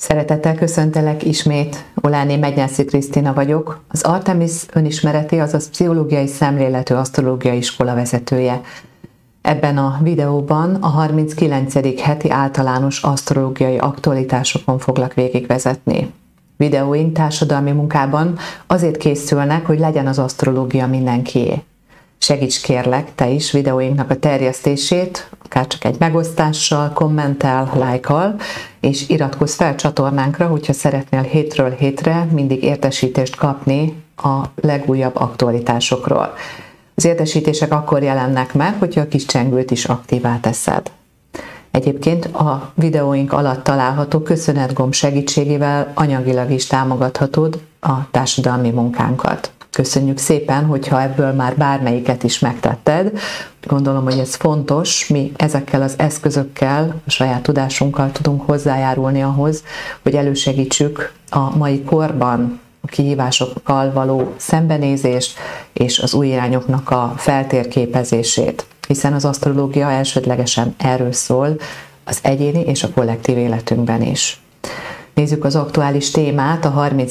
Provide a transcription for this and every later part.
Szeretettel köszöntelek ismét, Oláné Megnyászi Krisztina vagyok, az Artemis önismereti, azaz pszichológiai szemléletű asztrológiai iskola vezetője. Ebben a videóban a 39. heti általános asztrológiai aktualitásokon foglak végigvezetni. Videóink társadalmi munkában azért készülnek, hogy legyen az asztrológia mindenkié. Segíts kérlek te is videóinknak a terjesztését, akár csak egy megosztással, kommenttel, lájkkal, és iratkozz fel csatornánkra, hogyha szeretnél hétről hétre mindig értesítést kapni a legújabb aktualitásokról. Az értesítések akkor jelennek meg, hogyha a kis csengőt is aktívá teszed. Egyébként a videóink alatt található köszönetgomb segítségével anyagilag is támogathatod a társadalmi munkánkat. Köszönjük szépen, hogyha ebből már bármelyiket is megtetted. Gondolom, hogy ez fontos, mi ezekkel az eszközökkel, a saját tudásunkkal tudunk hozzájárulni ahhoz, hogy elősegítsük a mai korban a kihívásokkal való szembenézést és az új irányoknak a feltérképezését. Hiszen az asztrológia elsődlegesen erről szól az egyéni és a kollektív életünkben is. Nézzük az aktuális témát, a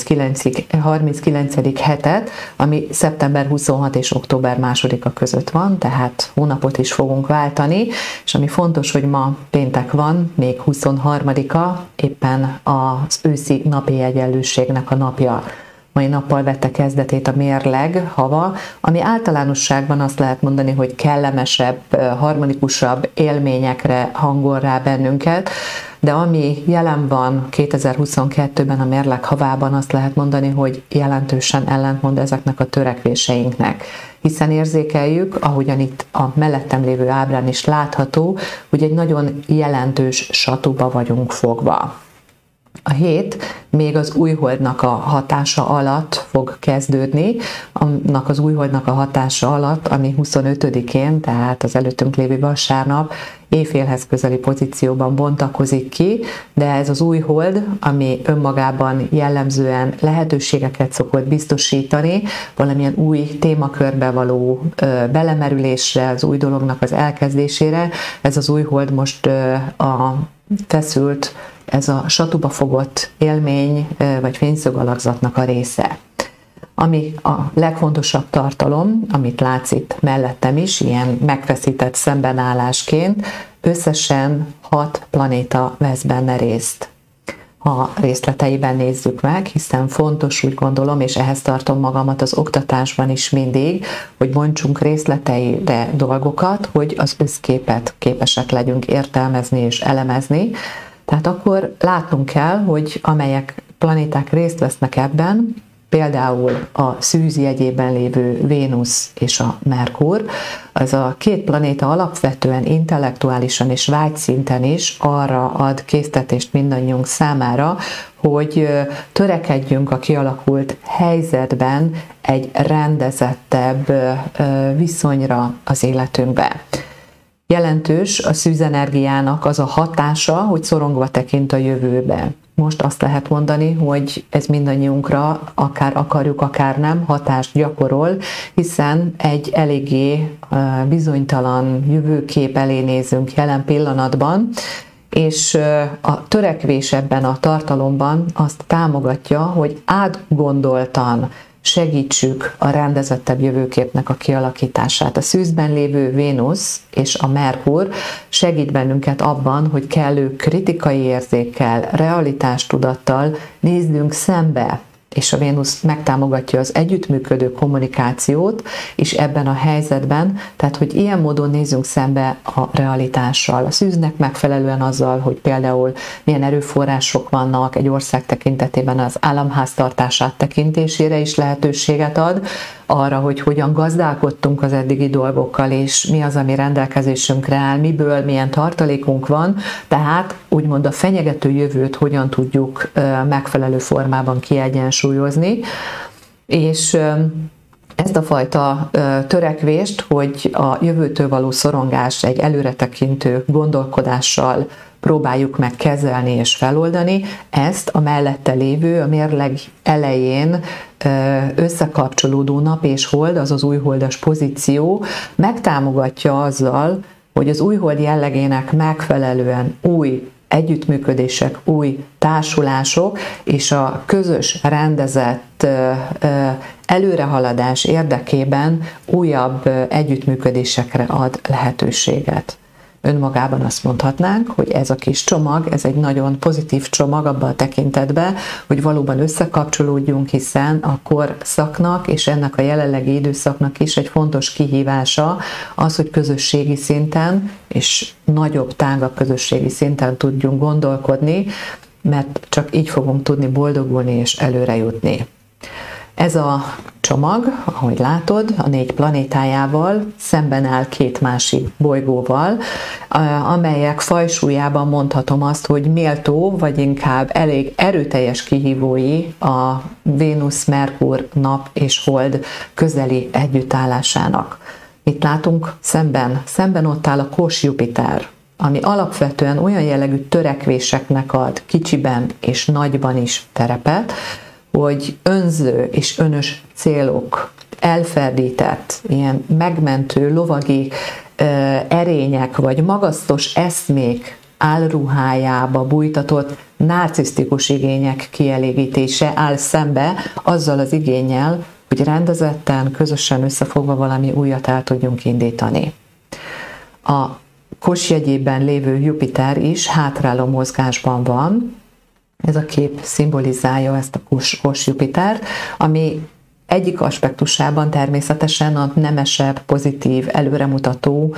39. hetet, ami szeptember 26 és október 2-a között van, tehát hónapot is fogunk váltani, és ami fontos, hogy ma péntek van, még 23-a, éppen az őszi napi egyenlőségnek a napja. Mai nappal vette kezdetét a mérleg hava, ami általánosságban azt lehet mondani, hogy kellemesebb, harmonikusabb élményekre hangol rá bennünket, de ami jelen van 2022-ben a mérleg havában, azt lehet mondani, hogy jelentősen ellentmond ezeknek a törekvéseinknek. Hiszen érzékeljük, ahogyan itt a mellettem lévő ábrán is látható, hogy egy nagyon jelentős satuba vagyunk fogva. A hét még az újholdnak a hatása alatt fog kezdődni, annak az újholdnak a hatása alatt, ami 25-én, tehát az előttünk lévő vasárnap éjfélhez közeli pozícióban bontakozik ki, de ez az újhold, ami önmagában jellemzően lehetőségeket szokott biztosítani, valamilyen új témakörbe való belemerülésre, az új dolognak az elkezdésére, ez az újhold most a feszült, ez a satuba fogott élmény vagy fényszög alakzatnak a része. Ami a legfontosabb tartalom, amit látsz itt mellettem is, ilyen megfeszített szembenállásként, összesen 6 planéta vesz benne részt. Ha részleteiben nézzük meg, hiszen fontos, úgy gondolom, és ehhez tartom magamat az oktatásban is mindig, hogy bontsunk részleteire dolgokat, hogy az összképet képesek legyünk értelmezni és elemezni. Tehát akkor látnunk kell, hogy amelyek planéták részt vesznek ebben, például a szűz jegyében lévő Vénusz és a Merkur, az a két planéta alapvetően intellektuálisan és vágyszinten is arra ad késztetést mindannyiunk számára, hogy törekedjünk a kialakult helyzetben egy rendezettebb viszonyra az életünkbe. Jelentős a szűzenergiának az a hatása, hogy szorongva tekint a jövőbe. Most azt lehet mondani, hogy ez mindannyiunkra, akár akarjuk, akár nem, hatást gyakorol, hiszen egy eléggé bizonytalan jövőkép elé nézünk jelen pillanatban, és a törekvés ebben a tartalomban azt támogatja, hogy átgondoltan segítsük a rendezettebb jövőképnek a kialakítását. A szűzben lévő Vénusz és a Merkur segít bennünket abban, hogy kellő kritikai érzékkel, realitástudattal nézzünk szembe, és a Vénusz megtámogatja az együttműködő kommunikációt is ebben a helyzetben, tehát hogy ilyen módon nézzünk szembe a realitással. A szűznek megfelelően azzal, hogy például milyen erőforrások vannak egy ország tekintetében, az államháztartás áttekintésére is lehetőséget ad, arra, hogy hogyan gazdálkodtunk az eddigi dolgokkal, és mi az, ami rendelkezésünkre áll, miből milyen tartalékunk van, tehát úgymond a fenyegető jövőt hogyan tudjuk megfelelő formában kiegyensúlyozni, és ezt a fajta törekvést, hogy a jövőtől való szorongás egy előretekintő gondolkodással próbáljuk meg kezelni és feloldani, ezt a mellette lévő, a mérleg elején összekapcsolódó nap és hold, azaz újholdas pozíció megtámogatja azzal, hogy az újhold jellegének megfelelően új együttműködések, új társulások és a közös rendezett előrehaladás érdekében újabb együttműködésekre ad lehetőséget. Önmagában azt mondhatnánk, hogy ez a kis csomag, ez egy nagyon pozitív csomag abban a tekintetben, hogy valóban összekapcsolódjunk, hiszen a korszaknak és ennek a jelenlegi időszaknak is egy fontos kihívása az, hogy közösségi szinten és nagyobb, tágabb közösségi szinten tudjunk gondolkodni, mert csak így fogunk tudni boldogulni és előre jutni. Ez a csomag, ahogy látod, a 4 planétájával szemben áll 2 másik bolygóval, amelyek fajsúlyában mondhatom azt, hogy méltó, vagy inkább elég erőteljes kihívói a Vénusz, Merkur, Nap és Hold közeli együttállásának. Itt látunk szemben? Szemben ott áll a Kós-Jupiter, ami alapvetően olyan jellegű törekvéseknek ad kicsiben és nagyban is terepet, hogy önző és önös célok, elferdített, ilyen megmentő, lovagi erények, vagy magasztos eszmék álruhájába bújtatott narcisztikus igények kielégítése áll szembe azzal az igénnyel, hogy rendezetten, közösen összefogva valami újat el tudjunk indítani. A Kos jegyében lévő Jupiter is hátráló mozgásban van. Ez a kép szimbolizálja ezt a Kos-Jupitert, ami egyik aspektusában természetesen a nemesebb, pozitív, előremutató,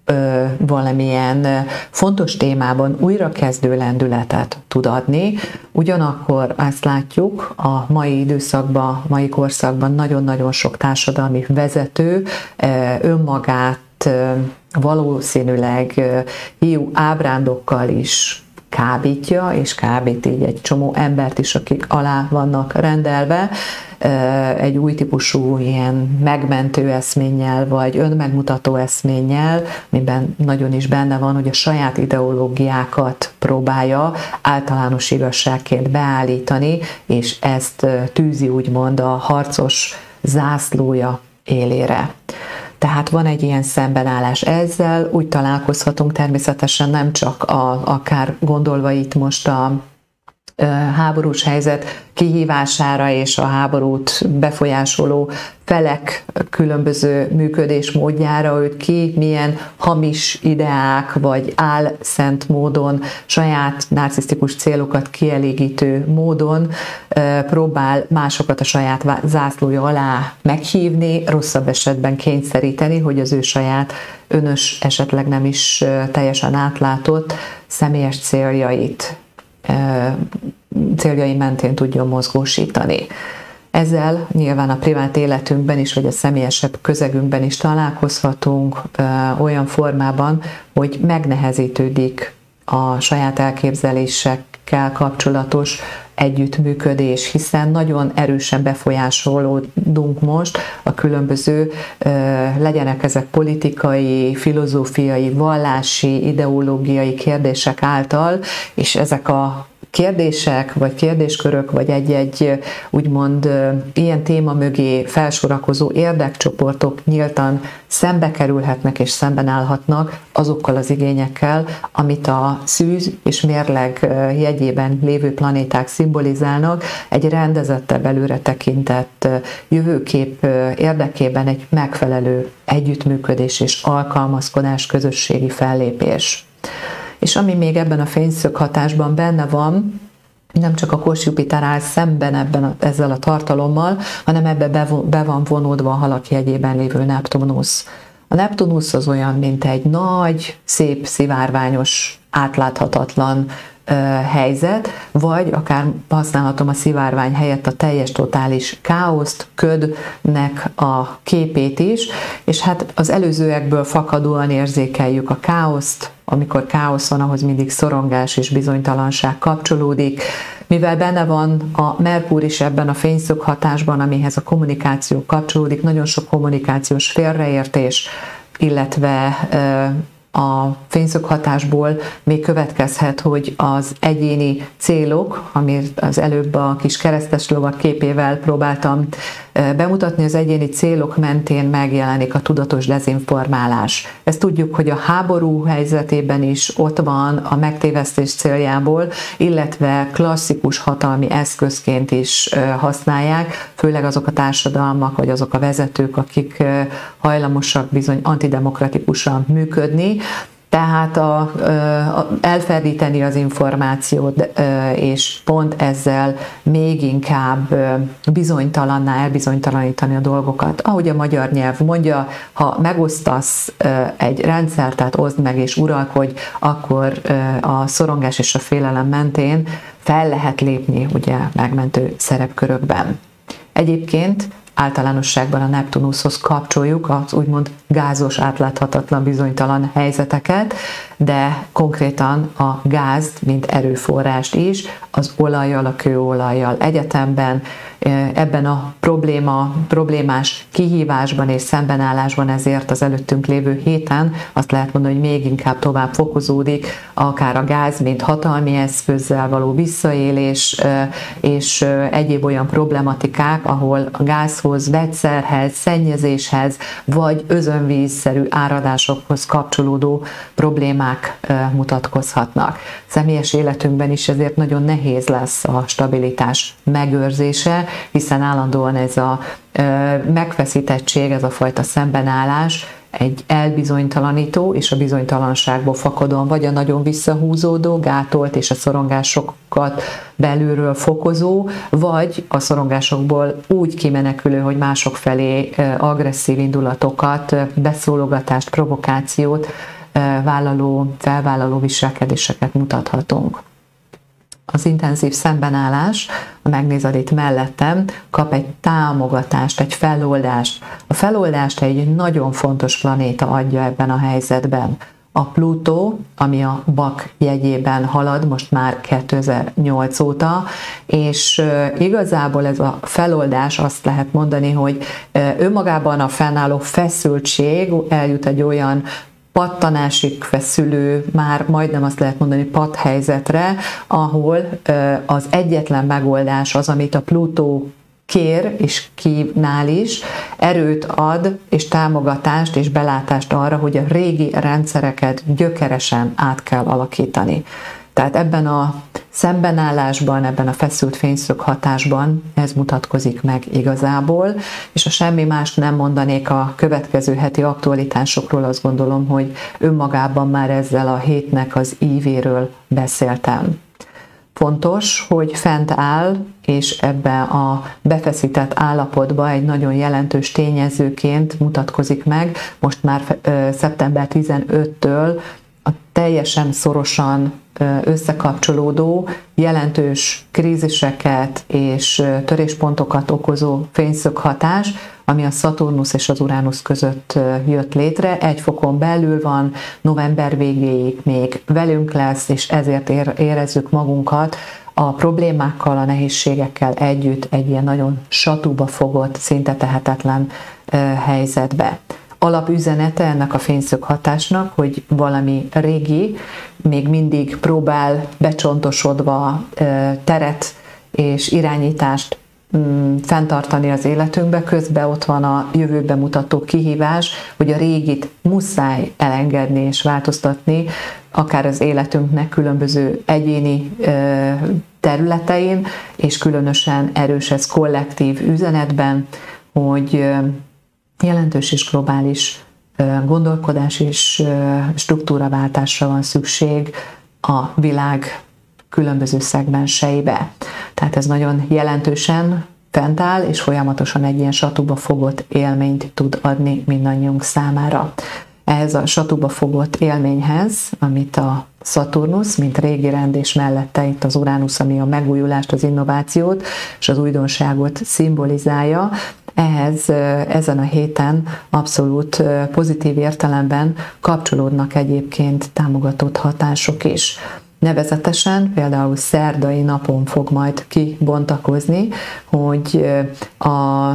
valamilyen fontos témában újrakezdő lendületet tud adni. Ugyanakkor azt látjuk a mai időszakban, mai korszakban nagyon-nagyon sok társadalmi vezető önmagát valószínűleg hiú ábrándokkal is kábítja, és kábít így egy csomó embert is, akik alá vannak rendelve, egy új típusú ilyen megmentő eszménnyel, vagy önmegmutató eszménnyel, amiben nagyon is benne van, hogy a saját ideológiákat próbálja általános igazságként beállítani, és ezt tűzi úgymond a harcos zászlója élére. Tehát van egy ilyen szembenállás ezzel, úgy találkozhatunk természetesen nem csak akár gondolva itt most a háborús helyzet kihívására és a háborút befolyásoló felek különböző működésmódjára, hogy ki milyen hamis ideák vagy álszent módon, saját narcisztikus célokat kielégítő módon próbál másokat a saját zászlója alá meghívni, rosszabb esetben kényszeríteni, hogy az ő saját önös, esetleg nem is teljesen átlátott személyes céljai mentén tudjon mozgósítani. Ezzel nyilván a privát életünkben is, vagy a személyesebb közegünkben is találkozhatunk olyan formában, hogy megnehezítődik a saját elképzelésekkel kapcsolatos együttműködés, hiszen nagyon erősen befolyásolódunk most a különböző, legyenek ezek politikai, filozófiai, vallási, ideológiai kérdések által, és ezek a kérdések, vagy kérdéskörök, vagy egy-egy úgymond ilyen téma mögé felsorakozó érdekcsoportok nyíltan szembe kerülhetnek és szemben állhatnak azokkal az igényekkel, amit a szűz és mérleg jegyében lévő planéták szimbolizálnak, egy rendezettebb, előre tekintett jövőkép érdekében egy megfelelő együttműködés és alkalmazkodás, közösségi fellépés. És ami még ebben a fényszög hatásban benne van, nem csak a Kos-Jupiter áll szemben ezzel a tartalommal, hanem ebbe be van vonódva a halak jegyében lévő Neptunusz. A Neptunusz az olyan, mint egy nagy, szép, szivárványos, átláthatatlan helyzet, vagy akár használhatom a szivárvány helyett a teljes totális káoszt, ködnek a képét is, és hát az előzőekből fakadóan érzékeljük a káoszt, amikor káosz van, ahhoz mindig szorongás és bizonytalanság kapcsolódik. Mivel benne van a Merkur is ebben a fényszög hatásban, amihez a kommunikáció kapcsolódik, nagyon sok kommunikációs félreértés, illetve a fényszög hatásból még következhet, hogy az egyéni célok, amit az előbb a kis keresztes lovak képével próbáltam bemutatni az egyéni célok mentén megjelenik a tudatos dezinformálás. Ezt tudjuk, hogy a háború helyzetében is ott van a megtévesztés céljából, illetve klasszikus hatalmi eszközként is használják, főleg azok a társadalmak, vagy azok a vezetők, akik hajlamosak bizony antidemokratikusan működni. Tehát elferdíteni az információt, és pont ezzel még inkább elbizonytalanítani a dolgokat. Ahogy a magyar nyelv mondja, ha megosztasz egy rendszert, tehát oszd meg és uralkodj, akkor a szorongás és a félelem mentén fel lehet lépni ugye megmentő szerepkörökben. Egyébként általánosságban a Neptunuszhoz kapcsoljuk az úgymond gázos, átláthatatlan, bizonytalan helyzeteket, de konkrétan a gázt, mint erőforrást is, az olajjal, a kőolajjal egyetemben, ebben a problémás kihívásban és szembenállásban, ezért az előttünk lévő héten azt lehet mondani, hogy még inkább tovább fokozódik, akár a gáz, mint hatalmi eszközzel való visszaélés, és egyéb olyan problematikák, ahol a gázhoz, vegyszerhez, szennyezéshez, vagy özönvízszerű áradásokhoz kapcsolódó problémák mutatkozhatnak. Személyes életünkben is ezért nagyon nehéz lesz a stabilitás megőrzése, hiszen állandóan ez a megfeszítettség, ez a fajta szembenállás egy elbizonytalanító és a bizonytalanságból fakadóan vagy a nagyon visszahúzódó, gátolt és a szorongásokat belülről fokozó, vagy a szorongásokból úgy kimenekülő, hogy mások felé agresszív indulatokat, beszólogatást, provokációt felvállaló viselkedéseket mutathatunk. Az intenzív szembenállás, a megnézed itt mellettem, kap egy támogatást, egy feloldást. A feloldást egy nagyon fontos planéta adja ebben a helyzetben. A Plutó, ami a Bak jegyében halad, most már 2008 óta, és igazából ez a feloldás, azt lehet mondani, hogy önmagában a fennálló feszültség eljut egy olyan pattanásig feszülő, már majdnem azt lehet mondani patthelyzetre, ahol az egyetlen megoldás az, amit a Plutó kér és kívánál is, erőt ad és támogatást és belátást arra, hogy a régi rendszereket gyökeresen át kell alakítani. Tehát ebben a szembenállásban, ebben a feszült fényszög hatásban ez mutatkozik meg igazából, és ha semmi más nem mondanék a következő heti aktualitásokról, azt gondolom, hogy önmagában már ezzel a hétnek az ívéről beszéltem. Fontos, hogy fent áll, és ebbe a befeszített állapotba egy nagyon jelentős tényezőként mutatkozik meg, most már szeptember 15-től a teljesen szorosan összekapcsolódó, jelentős kríziseket és töréspontokat okozó fényszöghatás, ami a Szaturnusz és az Uránusz között jött létre. Egy fokon belül van, november végéig még velünk lesz, és ezért érezzük magunkat a problémákkal, a nehézségekkel együtt egy ilyen nagyon satúba fogott, szinte tehetetlen helyzetbe. Alapüzenete ennek a fényszöghatásnak, hogy valami régi, még mindig próbál becsontosodva teret és irányítást fenntartani az életünkbe, közben ott van a jövőbe mutató kihívás, hogy a régit muszáj elengedni és változtatni, akár az életünknek különböző egyéni területein, és különösen erős ez kollektív üzenetben, hogy jelentős és globális gondolkodás és struktúraváltásra van szükség a világ különböző szegmenseibe. Tehát ez nagyon jelentősen fent áll, és folyamatosan egy ilyen satúba fogott élményt tud adni mindannyiunk számára. Ehhez a satúba fogott élményhez, amit a Szaturnusz, mint régi rend, és mellette itt az Uránusz, ami a megújulást, az innovációt és az újdonságot szimbolizálja, ehhez ezen a héten abszolút pozitív értelemben kapcsolódnak egyébként támogatott hatások is. Nevezetesen például szerdai napon fog majd kibontakozni, hogy a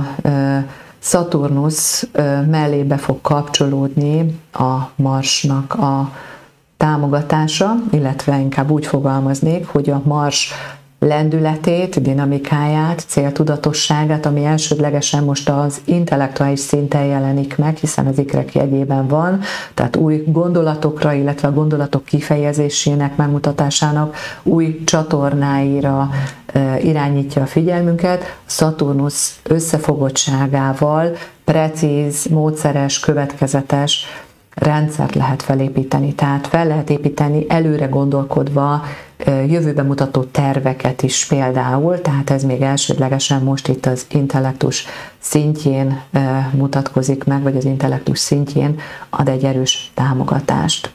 Szaturnusz mellébe fog kapcsolódni a Marsnak a támogatása, illetve inkább úgy fogalmaznék, hogy a Mars lendületét, dinamikáját, céltudatosságát, ami elsődlegesen most az intellektuális szinten jelenik meg, hiszen az ikrek jegyében van, tehát új gondolatokra, illetve a gondolatok kifejezésének, megmutatásának új csatornáira irányítja a figyelmünket. Szaturnusz összefogottságával precíz, módszeres, következetes rendszert lehet felépíteni, tehát fel lehet építeni előre gondolkodva jövőbe mutató terveket is például, tehát ez még elsődlegesen most itt az intellektus szintjén mutatkozik meg, vagy az intellektus szintjén ad egy erős támogatást.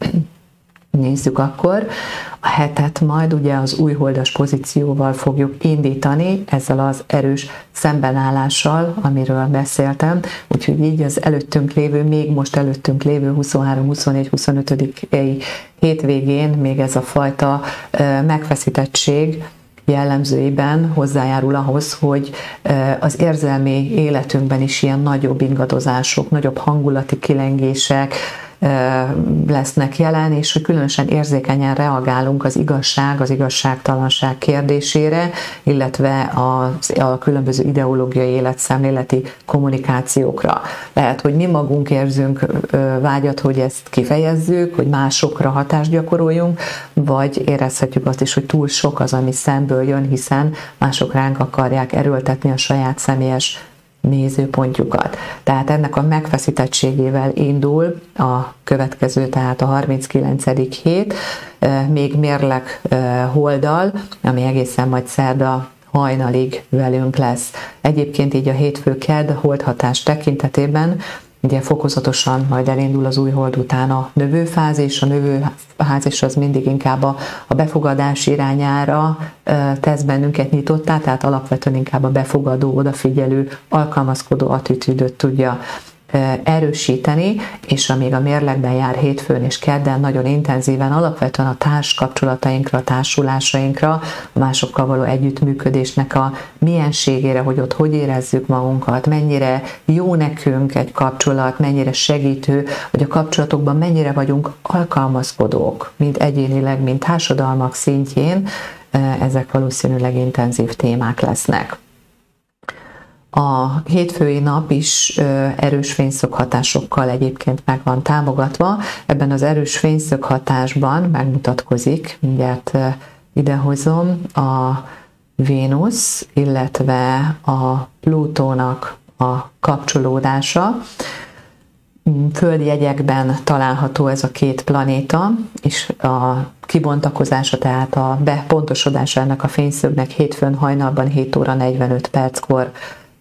Nézzük akkor. A hetet majd ugye az újholdas pozícióval fogjuk indítani, ezzel az erős szembenállással, amiről beszéltem, úgyhogy így az előttünk lévő, még most előttünk lévő 23, 24, 25. hétvégén még ez a fajta megfeszítettség jellemzőiben hozzájárul ahhoz, hogy az érzelmi életünkben is ilyen nagyobb ingadozások, nagyobb hangulati kilengések lesznek jelen, és hogy különösen érzékenyen reagálunk az igazság, az igazságtalanság kérdésére, illetve a különböző ideológiai életszemléleti kommunikációkra. Lehet, hogy mi magunk érzünk vágyat, hogy ezt kifejezzük, hogy másokra hatást gyakoroljunk, vagy érezhetjük azt is, hogy túl sok az, ami szemből jön, hiszen mások ránk akarják erőltetni a saját személyes nézőpontjukat. Tehát ennek a megfeszítettségével indul a következő, tehát a 39. hét, még mérleg holddal, ami egészen majd szerda hajnalig velünk lesz. Egyébként így a hétfő-kedd holdhatás tekintetében ugye fokozatosan majd elindul az új hold után a növőfázis. A növőfázis az mindig inkább a befogadás irányára tesz bennünket nyitottá, tehát alapvetően inkább a befogadó, odafigyelő, alkalmazkodó attitűdöt tudja erősíteni, és amíg a mérlegben jár hétfőn és kedden nagyon intenzíven, alapvetően a társkapcsolatainkra, a társulásainkra, a másokkal való együttműködésnek a mienségére, hogy ott hogy érezzük magunkat, mennyire jó nekünk egy kapcsolat, mennyire segítő, hogy a kapcsolatokban mennyire vagyunk alkalmazkodók, mind egyénileg, mind társadalmak szintjén, ezek valószínűleg intenzív témák lesznek. A hétfői nap is erős fényszöghatásokkal egyébként meg van támogatva. Ebben az erős fényszöghatásban megmutatkozik, mindjárt idehozom, a Vénusz, illetve a Plutónak a kapcsolódása. Földjegyekben található ez a két planéta, és a kibontakozása, tehát a bepontosodása ennek a fényszögnek hétfőn hajnalban 7 óra 45 perckor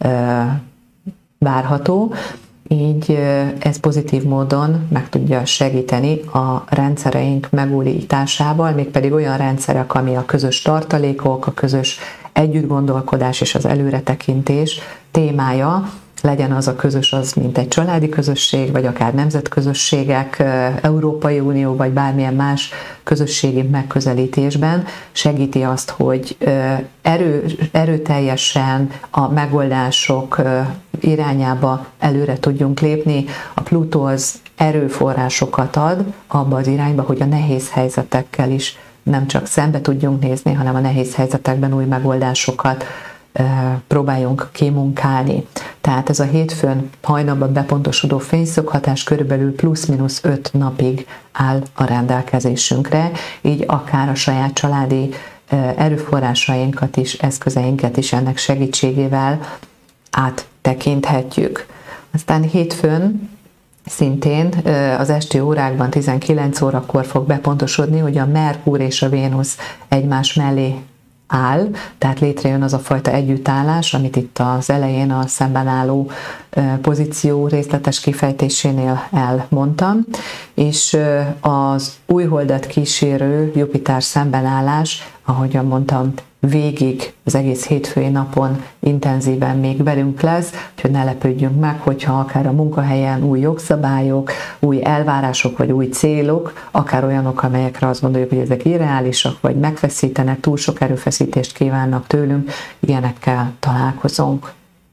várható, így ez pozitív módon meg tudja segíteni a rendszereink megújításával, mégpedig olyan rendszerek, ami a közös tartalékok, a közös együttgondolkodás és az előretekintés témája, legyen az a közös, az mint egy családi közösség, vagy akár nemzetközösségek, Európai Unió, vagy bármilyen más közösségi megközelítésben segíti azt, hogy erőteljesen a megoldások irányába előre tudjunk lépni. A Plutó az erőforrásokat ad abba az irányba, hogy a nehéz helyzetekkel is nem csak szembe tudjunk nézni, hanem a nehéz helyzetekben új megoldásokat próbáljunk kimunkálni. Tehát ez a hétfőn hajnalban bepontosodó fényszöghatás körülbelül plusz-minusz 5 napig áll a rendelkezésünkre, így akár a saját családi erőforrásainkat is, eszközeinket is ennek segítségével áttekinthetjük. Aztán hétfőn szintén az esti órákban 19 órakor fog bepontosodni, hogy a Merkur és a Vénusz egymás mellé áll, tehát létrejön az a fajta együttállás, amit itt az elején a szemben álló pozíció részletes kifejtésénél elmondtam, és az újholdat kísérő Jupiter szembenállás, ahogyan mondtam, végig az egész hétfői napon intenzíven még velünk lesz, úgyhogy ne lepődjünk meg, hogyha akár a munkahelyen új jogszabályok, új elvárások vagy új célok, akár olyanok, amelyekre azt gondoljuk, hogy ezek irreálisak, vagy megfeszítenek, túl sok erőfeszítést kívánnak tőlünk, ilyenekkel találkozunk.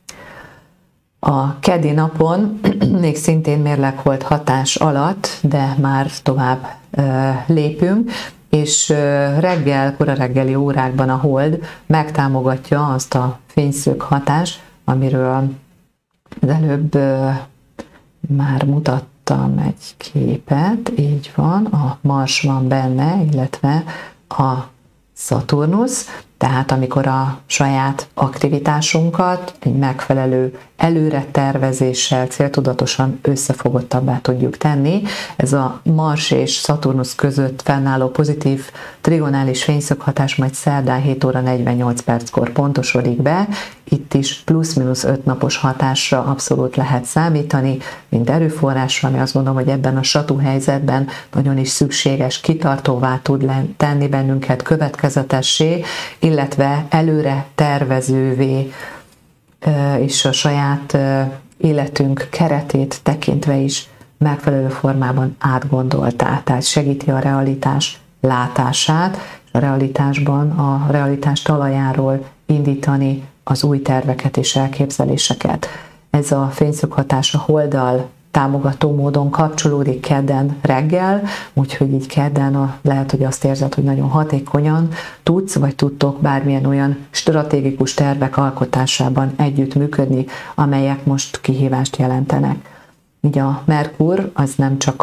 A keddi napon még szintén mérlegholt hatás alatt, de már tovább lépünk, és kora reggeli órákban a hold megtámogatja azt a fényszög hatást, amiről az előbb már mutattam egy képet, így van, a Mars van benne, illetve a Szaturnusz, tehát amikor a saját aktivitásunkat egy megfelelő előre tervezéssel céltudatosan összefogottabbá tudjuk tenni. Ez a Mars és Szaturnusz között fennálló pozitív trigonális fényszöghatás majd szerdán 7 óra 48 perckor pontosodik be. Itt is plusz-minusz 5 napos hatásra abszolút lehet számítani, mint erőforrásra, ami azt gondolom, hogy ebben a satú helyzetben nagyon is szükséges, kitartóvá tud tenni bennünket, következetessé, illetve előre tervezővé és a saját életünk keretét tekintve is megfelelő formában átgondoltá, tehát segíti a realitás látását, és a realitásban a realitás talajáról indítani az új terveket és elképzeléseket. Ez a fényszöghatás a holddal támogató módon kapcsolódik kedden reggel, úgyhogy így kedden lehet, hogy azt érzed, hogy nagyon hatékonyan tudsz, vagy tudtok bármilyen olyan stratégikus tervek alkotásában együttműködni, amelyek most kihívást jelentenek. Így a Merkur az nem csak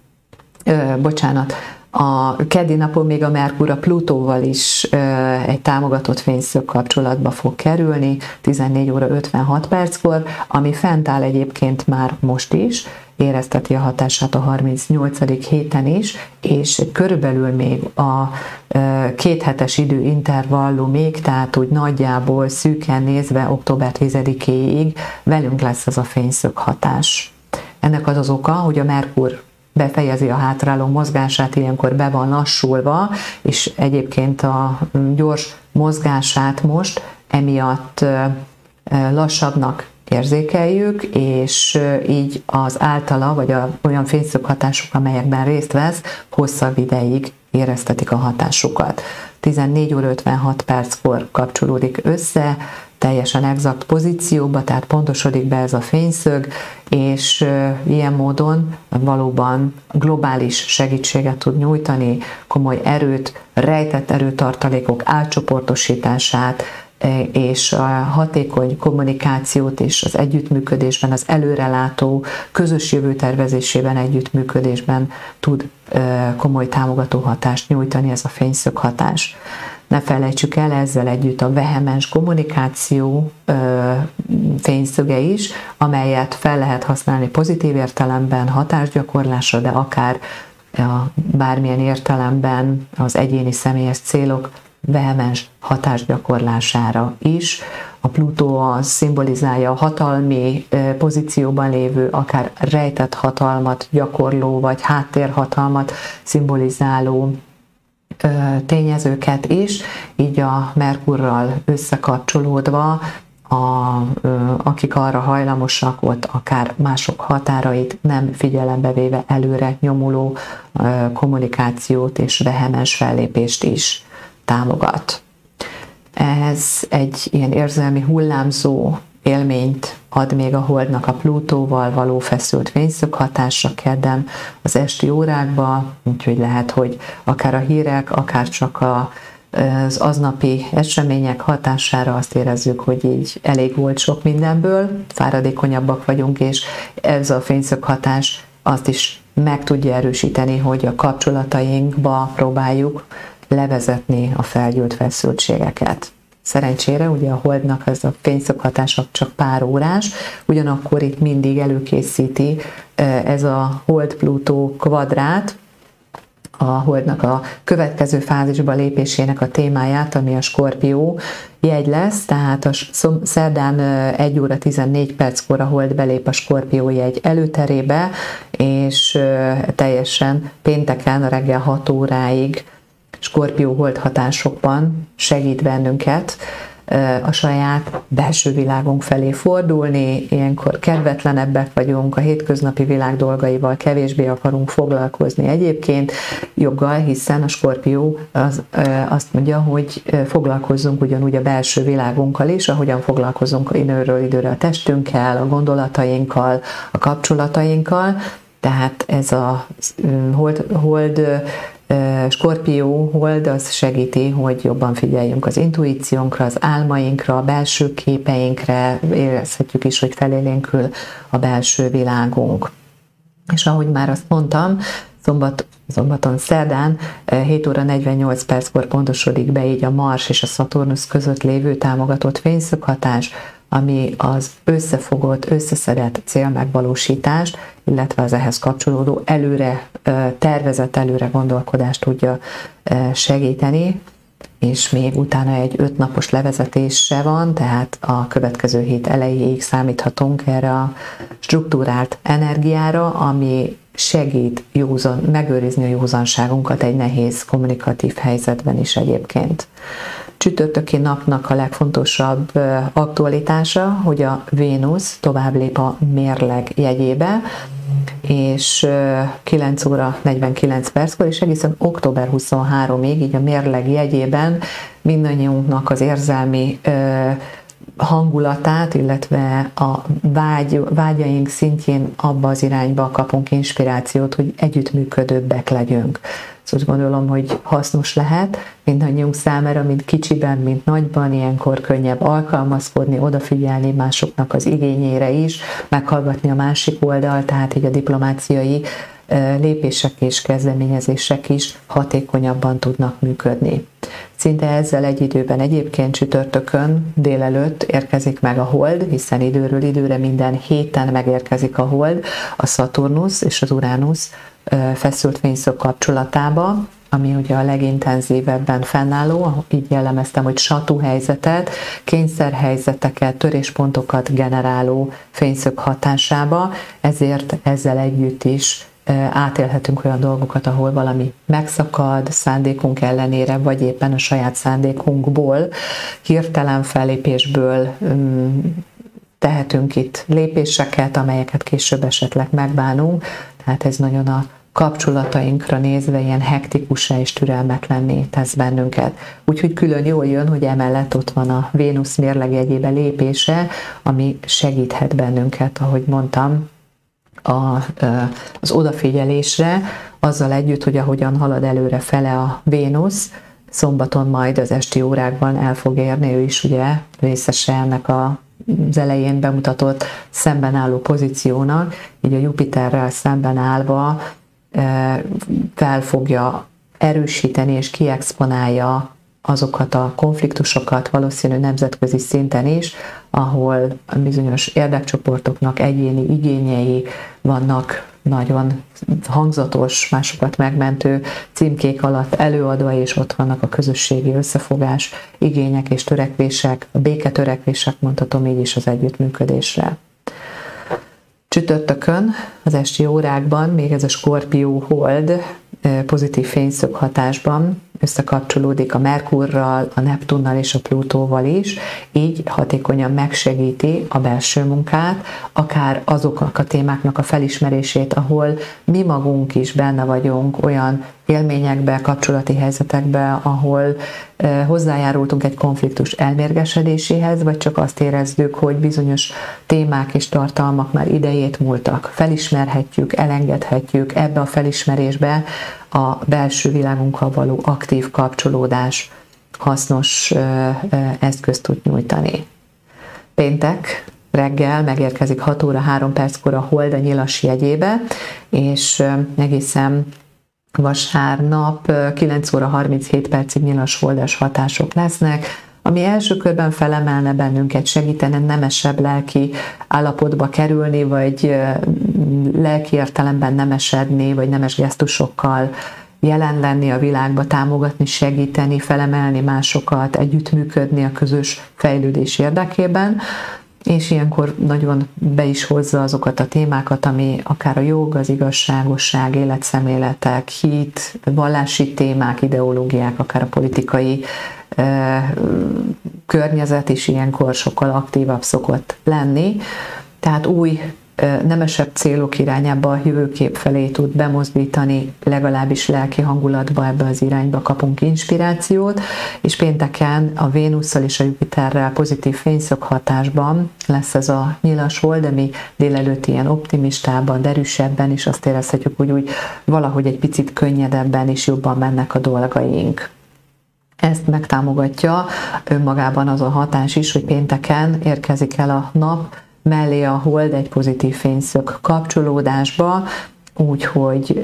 a keddi napon még a Merkur a Plutóval is egy támogatott fényszög kapcsolatba fog kerülni, 14 óra 56 perckor, ami fent áll egyébként már most is, érezteti a hatását a 38. héten is, és körülbelül még a 2 hetes időintervallumig, tehát úgy nagyjából szűken nézve október 10-éig velünk lesz ez a fényszög hatás. Ennek az oka, hogy a Merkur befejezi a hátráló mozgását, ilyenkor be van lassulva, és egyébként a gyors mozgását most emiatt lassabbnak érzékeljük, és így az általa, vagy olyan fényszöghatások, amelyekben részt vesz, hosszabb ideig éreztetik a hatásukat. 14 óra 56 perckor kapcsolódik össze, teljesen exakt pozícióba, tehát pontosodik be ez a fényszög, és ilyen módon valóban globális segítséget tud nyújtani, komoly erőt, rejtett erőtartalékok átcsoportosítását, és a hatékony kommunikációt és az együttműködésben, az előrelátó, közös jövőtervezésében, együttműködésben tud komoly támogató hatást nyújtani ez a fényszöghatás. Ne felejtsük el, ezzel együtt a vehemens kommunikáció fényszöge is, amelyet fel lehet használni pozitív értelemben, hatásgyakorlásra, de akár bármilyen értelemben az egyéni személyes célok vehemens hatásgyakorlására is. A Plutó az szimbolizálja a hatalmi pozícióban lévő, akár rejtett hatalmat gyakorló, vagy háttérhatalmat szimbolizáló tényezőket is, így a Merkurral összekapcsolódva, akik arra hajlamosak, ott akár mások határait nem figyelembe véve előre nyomuló kommunikációt és vehemens fellépést is támogat. Ez egy ilyen érzelmi hullámzó élményt ad még a Holdnak a Plutóval való feszült fényszöghatásra kedden az esti órákban, úgyhogy lehet, hogy akár a hírek, akár csak az aznapi események hatására azt érezzük, hogy így elég volt sok mindenből, fáradékonyabbak vagyunk, és ez a fényszöghatás azt is meg tudja erősíteni, hogy a kapcsolatainkba próbáljuk levezetni a felgyűlt feszültségeket. Szerencsére ugye a Holdnak ez a fényszöghatása csak pár órás, ugyanakkor itt mindig előkészíti ez a Hold-Plutó kvadrát, a Holdnak a következő fázisba lépésének a témáját, ami a Skorpió jegy lesz, tehát a szerdán 1 óra 14 perckor a Hold belép a Skorpió jegy előterébe, és teljesen pénteken reggel 6 óráig Skorpió Hold hatásokban segít bennünket a saját belső világunk felé fordulni, ilyenkor kedvetlenebbek vagyunk, a hétköznapi világ dolgaival kevésbé akarunk foglalkozni egyébként, joggal, hiszen a Skorpió azt mondja, hogy foglalkozzunk ugyanúgy a belső világunkkal is, ahogyan foglalkozunk időről időre a testünkkel, a gondolatainkkal, a kapcsolatainkkal, tehát ez a hold Skorpió hold az segíti, hogy jobban figyeljünk az intuíciónkra, az álmainkra, a belső képeinkre, érezhetjük is, hogy felélénkül a belső világunk. És ahogy már azt mondtam, szombaton, szerdán 7 óra 48 perckor pontosodik be így a Mars és a Szaturnusz között lévő támogatott fényszöghatás, ami az összefogott, összeszedett célmegvalósítást, illetve az ehhez kapcsolódó tervezett előre gondolkodást tudja segíteni, és még utána egy 5 napos levezetése van, tehát a következő hét elejéig számíthatunk erre a struktúrált energiára, ami segít megőrizni a józanságunkat egy nehéz kommunikatív helyzetben is egyébként. Csütörtöki napnak a legfontosabb aktualitása, hogy a Vénusz tovább lép a mérleg jegyébe, és 9 óra 49 perckor, és egészen október 23-ig, így a mérleg jegyében mindannyiunknak az érzelmi hangulatát, illetve a vágyaink szintjén abba az irányba kapunk inspirációt, hogy együttműködőbbek legyünk. Szóval úgy gondolom, hogy hasznos lehet mindannyiunk számára, mint kicsiben, mint nagyban, ilyenkor könnyebb alkalmazkodni, odafigyelni másoknak az igényére is, meghallgatni a másik oldalt, tehát így a diplomáciai lépések és kezdeményezések is hatékonyabban tudnak működni. Szinte ezzel egy időben egyébként csütörtökön délelőtt érkezik meg a hold, hiszen időről időre minden héten megérkezik a hold, a Szaturnusz és az Uránusz feszült fényszög kapcsolatába, ami ugye a legintenzívebben fennálló, így jellemeztem, hogy satú helyzetet, kényszerhelyzeteket, töréspontokat generáló fényszög hatásába, ezért ezzel együtt is átélhetünk olyan dolgokat, ahol valami megszakad szándékunk ellenére, vagy éppen a saját szándékunkból, hirtelen fellépésből tehetünk itt lépéseket, amelyeket később esetleg megbánunk, tehát ez nagyon a kapcsolatainkra nézve ilyen hektikussá és türelmetlenné tesz bennünket. Úgyhogy külön jól jön, hogy emellett ott van a Vénusz mérlegjegyébe lépése, ami segíthet bennünket, ahogy mondtam, az odafigyelésre, azzal együtt, hogy ahogyan halad előre fele a Vénusz, szombaton majd az esti órákban el fog érni, ő is ugye részese ennek az elején bemutatott szemben álló pozíciónak, így a Jupiterrel szemben állva fel fogja erősíteni és kiexponálja azokat a konfliktusokat, valószínű nemzetközi szinten is, ahol bizonyos érdekcsoportoknak egyéni igényei vannak, nagyon hangzatos, másokat megmentő címkék alatt előadva, és ott vannak a közösségi összefogás, igények és törekvések, a béketörekvések, mondhatom így is, az együttműködésre. Csütörtökön, az esti órákban még ez a Skorpió hold pozitív fényszög hatásban összekapcsolódik a Merkurral, a Neptunnal és a Plutóval is, így hatékonyan megsegíti a belső munkát, akár azoknak a témáknak a felismerését, ahol mi magunk is benne vagyunk olyan élményekbe, kapcsolati helyzetekbe, ahol hozzájárultunk egy konfliktus elmérgesedéséhez, vagy csak azt érezzük, hogy bizonyos témák és tartalmak már idejét múltak. Felismerhetjük, elengedhetjük ebbe a felismerésbe a belső világunkkal való aktív kapcsolódás hasznos eszközt tud nyújtani. Péntek reggel megérkezik 6 óra 3 perckor a hold a Nyilas jegyébe, és egészen vasárnap 9 óra 37 percig nyilas holdas hatások lesznek, ami első körben felemelne bennünket, segítene nemesebb lelki állapotba kerülni, vagy lelki értelemben nemesedni, vagy nemes gesztusokkal jelen lenni a világba, támogatni, segíteni, felemelni másokat, együttműködni a közös fejlődés érdekében, és ilyenkor nagyon be is hozza azokat a témákat, ami akár a jog, az igazságosság, életszemléletek, hit, vallási témák, ideológiák, akár a politikai környezet is ilyenkor sokkal aktívabb szokott lenni. Tehát új nemesebb célok irányába, a jövőkép felé tud bemozdítani, legalábbis lelki hangulatba ebbe az irányba kapunk inspirációt, és pénteken a Vénusszal és a Jupiterrel pozitív fényszög hatásban lesz ez a nyilas hold, ami délelőtt ilyen optimistában, derűsebben, és azt érezhetjük, hogy úgy valahogy egy picit könnyedebben és jobban mennek a dolgaink. Ezt megtámogatja önmagában az a hatás is, hogy pénteken érkezik el a nap mellé a hold egy pozitív fényszög kapcsolódásba, úgyhogy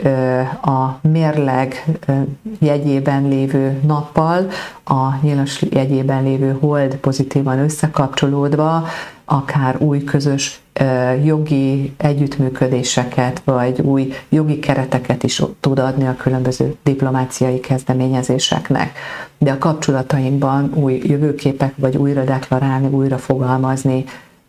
a mérleg jegyében lévő nappal a nyilas jegyében lévő hold pozitívan összekapcsolódva akár új közös jogi együttműködéseket, vagy új jogi kereteket is tud adni a különböző diplomáciai kezdeményezéseknek. De a kapcsolatainkban új jövőképek, vagy újra deklarálni, újra fogalmazni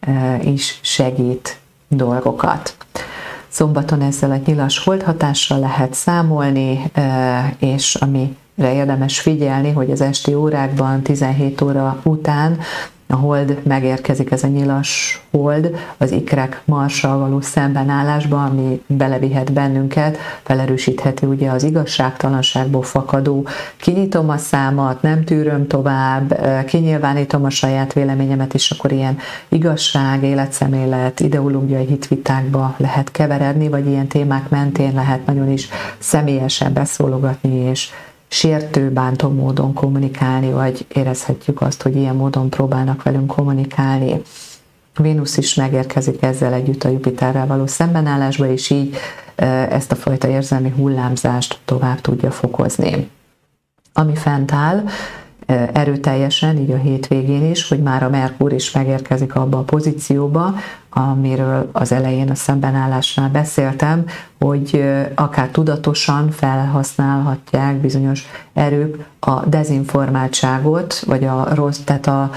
is segít dolgokat. Szombaton ezzel a nyilas holdhatással lehet számolni, és amire érdemes figyelni, hogy az esti órákban 17 óra után a hold megérkezik, ez a nyilas hold az ikrek Marssal való szembenállásba, ami belevihet bennünket, felerősítheti ugye az igazságtalanságból fakadó, kinyitom a számat, nem tűröm tovább, kinyilvánítom a saját véleményemet, és akkor ilyen igazság, életszemlélet, ideológiai hitvitákba lehet keveredni, vagy ilyen témák mentén lehet nagyon is személyesen beszólogatni, és sértő, bántó módon kommunikálni, vagy érezhetjük azt, hogy ilyen módon próbálnak velünk kommunikálni. Vénusz is megérkezik ezzel együtt a Jupiterrel való szembenállásba, és így ezt a fajta érzelmi hullámzást tovább tudja fokozni. Ami fent áll, erőteljesen, így a hétvégén is, hogy már a Merkur is megérkezik abba a pozícióba, amiről az elején a szembenállásnál beszéltem, hogy akár tudatosan felhasználhatják bizonyos erők a dezinformáltságot, vagy a rossz, tehát a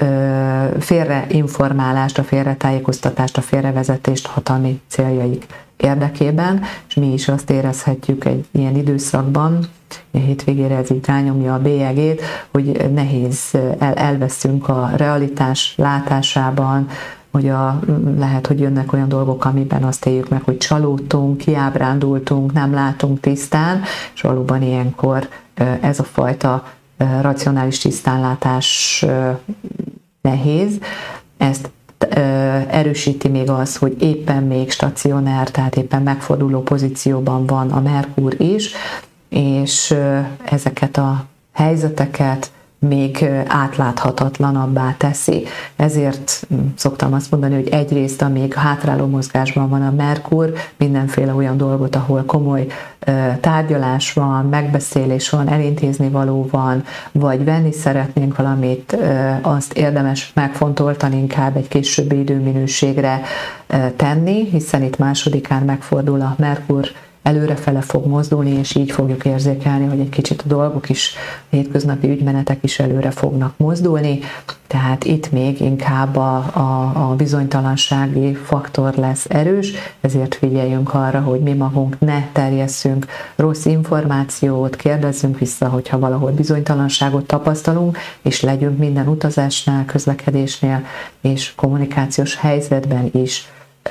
félreinformálást, a félretájékoztatást, a félrevezetést hatalmi céljaik érdekében, és mi is azt érezhetjük egy ilyen időszakban, a hétvégére ez így rányomja a bélyegét, hogy nehéz, elveszünk a realitás látásában, hogy lehet, hogy jönnek olyan dolgok, amiben azt éljük meg, hogy csalódtunk, kiábrándultunk, nem látunk tisztán, és valóban ilyenkor ez a fajta racionális tisztánlátás nehéz. Ezt erősíti még az, hogy éppen még stacionár, tehát éppen megforduló pozícióban van a Merkur is, és ezeket a helyzeteket még átláthatatlanabbá teszi. Ezért szoktam azt mondani, hogy egyrészt, amíg hátráló mozgásban van a Merkur, mindenféle olyan dolgot, ahol komoly tárgyalás van, megbeszélés van, elintézni való van, vagy venni szeretnénk valamit, azt érdemes megfontoltani, inkább egy későbbi időminőségre tenni, hiszen itt másodikán megfordul a Merkur, előrefele fog mozdulni, és így fogjuk érzékelni, hogy egy kicsit a dolgok is, a hétköznapi ügymenetek is előre fognak mozdulni, tehát itt még inkább a bizonytalansági faktor lesz erős, ezért figyeljünk arra, hogy mi magunk ne terjesszünk rossz információt, kérdezzünk vissza, hogyha valahol bizonytalanságot tapasztalunk, és legyünk minden utazásnál, közlekedésnél és kommunikációs helyzetben is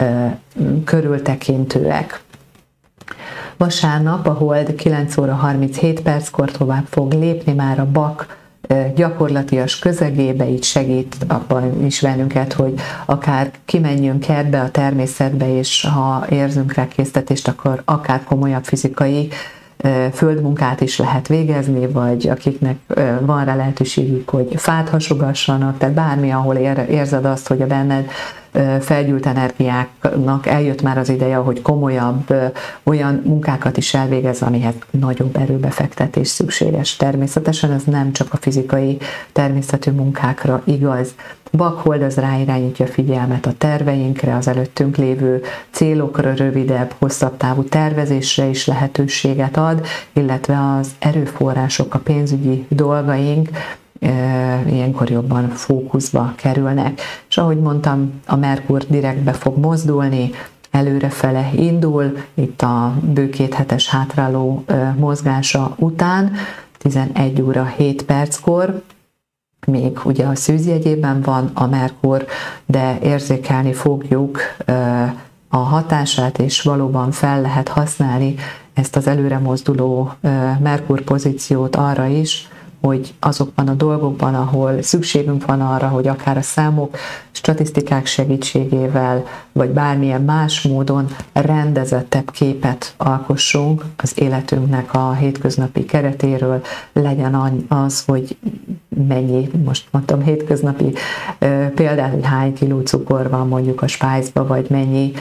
körültekintőek. Vasárnap a hold 9 óra 37 perckor tovább fog lépni már a Bak gyakorlatias közegébe, így segít abban is bennünket, hogy akár kimenjünk kertbe, a természetbe, és ha érzünk rá késztetést, akkor akár komolyabb fizikai földmunkát is lehet végezni, vagy akiknek van rá lehetőségük, hogy fát hasogassanak, tehát bármi, ahol érzed azt, hogy a benned felgyűlt energiáknak eljött már az ideje, hogy komolyabb olyan munkákat is elvégez, amihez nagyobb erőbefektetés szükséges. Természetesen ez nem csak a fizikai természetű munkákra igaz. Bakhold az ráirányítja figyelmet a terveinkre, az előttünk lévő célokra, rövidebb, hosszabb távú tervezésre is lehetőséget ad, illetve az erőforrások, a pénzügyi dolgaink ilyenkor jobban fókuszba kerülnek. És ahogy mondtam, a Merkur direktbe fog mozdulni, előrefele indul, itt a bő 2 hetes hátráló mozgása után, 11 óra 7 perckor, még ugye a szűzjegyében van a Merkur, de érzékelni fogjuk a hatását, és valóban fel lehet használni ezt az előre mozduló Merkur pozíciót arra is, hogy azokban a dolgokban, ahol szükségünk van arra, hogy akár a számok, statisztikák segítségével, vagy bármilyen más módon rendezettebb képet alkossunk az életünknek a hétköznapi keretéről, legyen az, hogy mennyi, most mondtam hétköznapi példát, hogy hány kiló cukor van mondjuk a spájzba, vagy mennyi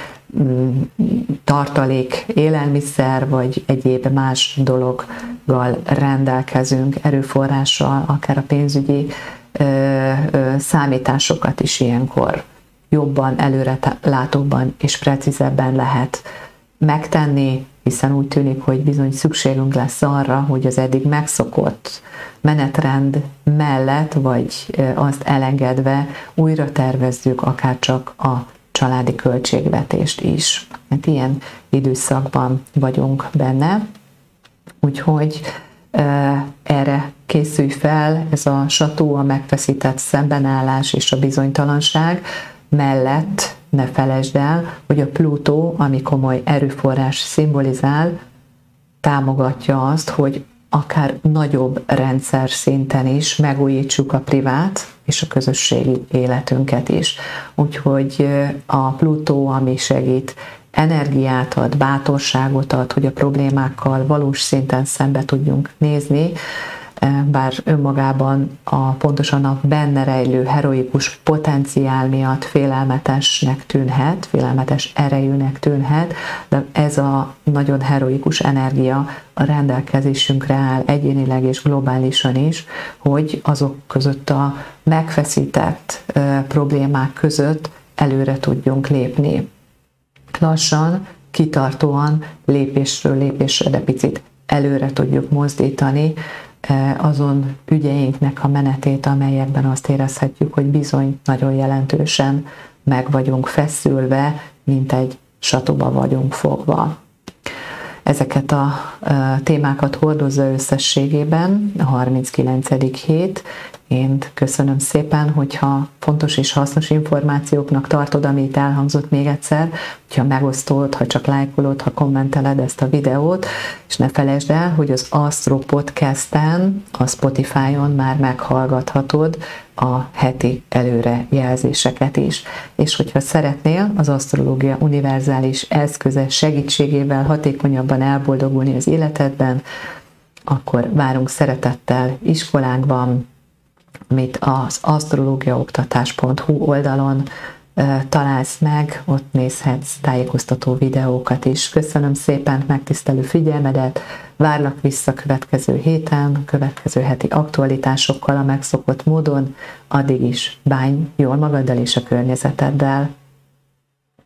tartalék élelmiszer, vagy egyéb más dologgal rendelkezünk, erőforrással, akár a pénzügyi számításokat is ilyenkor jobban, előrelátóbban és precízebben lehet megtenni, hiszen úgy tűnik, hogy bizony szükségünk lesz arra, hogy az eddig megszokott menetrend mellett, vagy azt elengedve újra tervezzük akár csak a családi költségvetést is. Hát ilyen időszakban vagyunk benne, úgyhogy erre készülj fel, ez a satú, a megfeszített szembenállás és a bizonytalanság mellett ne felejtsd el, hogy a Plutó, ami komoly erőforrás szimbolizál, támogatja azt, hogy akár nagyobb rendszer szinten is megújítsuk a privát és a közösségi életünket is. Úgyhogy a Plutó, ami segít, energiát ad, bátorságot ad, hogy a problémákkal valós szinten szembe tudjunk nézni, bár önmagában pontosan a benne rejlő heroikus potenciál miatt félelmetesnek tűnhet, félelmetes erejűnek tűnhet, de ez a nagyon heroikus energia a rendelkezésünkre áll egyénileg és globálisan is, hogy azok között a megfeszített problémák között előre tudjunk lépni. Lassan, kitartóan, lépésről lépésre, de picit előre tudjuk mozdítani azon ügyeinknek a menetét, amelyekben azt érezhetjük, hogy bizony nagyon jelentősen meg vagyunk feszülve, mint egy satuba vagyunk fogva. Ezeket a témákat hordozza összességében a 39. hét. Én köszönöm szépen, hogyha fontos és hasznos információknak tartod, amit elhangzott még egyszer, hogyha megosztod, ha csak lájkolod, ha kommenteled ezt a videót, és ne felejtsd el, hogy az Astro Podcast-en, a Spotify-on már meghallgathatod a heti előrejelzéseket is. És hogyha szeretnél az asztrológia univerzális eszköze segítségével hatékonyabban elboldogulni az életedben, akkor várunk szeretettel iskolánkban, amit az asztrológiaoktatás.hu oldalon találsz meg, ott nézhetsz tájékoztató videókat is. Köszönöm szépen megtisztelő figyelmedet, várlak vissza következő héten, következő heti aktualitásokkal a megszokott módon, addig is bánj jól magaddal és a környezeteddel.